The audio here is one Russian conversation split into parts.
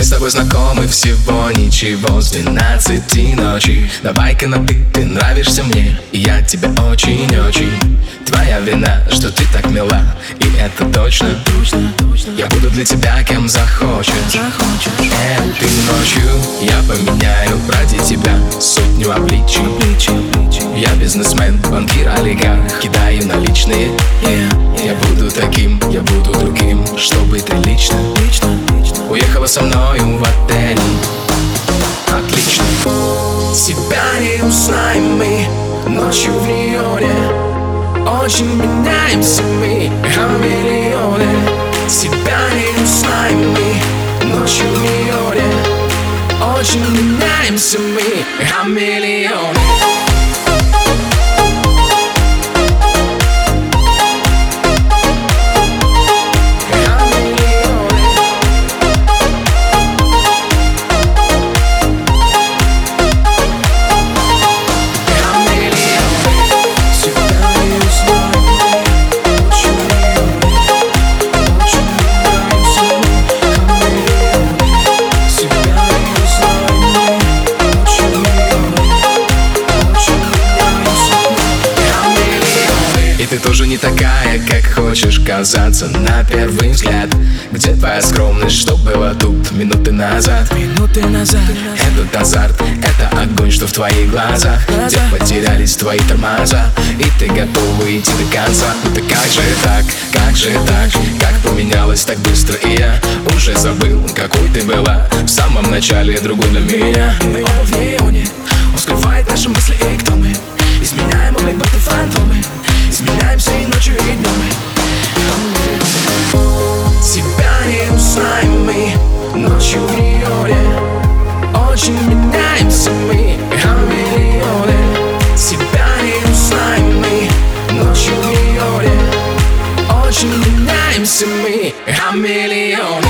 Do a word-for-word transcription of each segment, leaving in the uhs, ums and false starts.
с тобой знакомы всего ничего с двенадцати ночи. Давай-ка на ты, ты нравишься мне, и я тебе очень-очень. Твоя вина, что ты так мила, и это точно. Я буду для тебя кем захочешь. Этой ночью я поменяю ради тебя сотню обличий. Я бизнесмен, банкир, олигарх, кидаю наличные. Я буду таким, я буду другим, чтобы ты лично уехала со мною в отель. Отлично. Тебя не узнаем мы ночью в Рионе. Очень меняемся мы, хамелеоны. Тебя не узнаем мы ночью в Рионе. Очень меняемся мы, хамелеоны. Ты тоже не такая, как хочешь казаться на первый взгляд. Где твоя скромность, что было тут минуты назад? Минуты назад. Этот азарт, это огонь, что в твоих глазах. Где потерялись твои тормоза, и ты готова идти до конца. Ну ты как же так, как же так, как поменялась так быстро, и я уже забыл, какой ты была в самом начале, другой для меня. Мы оба в неоне, он скрывает наши мысли и кто мы. Изменяем мы, будто фантомы. Изменяемся и ночью, и днем. Тебя не узнаем мы ночью в Рионе. Очень меняемся мы, хамелеоны. Тебя не узнаем мы ночью в Рионе. Очень меняемся мы, хамелеоны.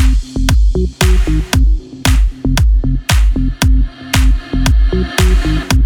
We'll be right back.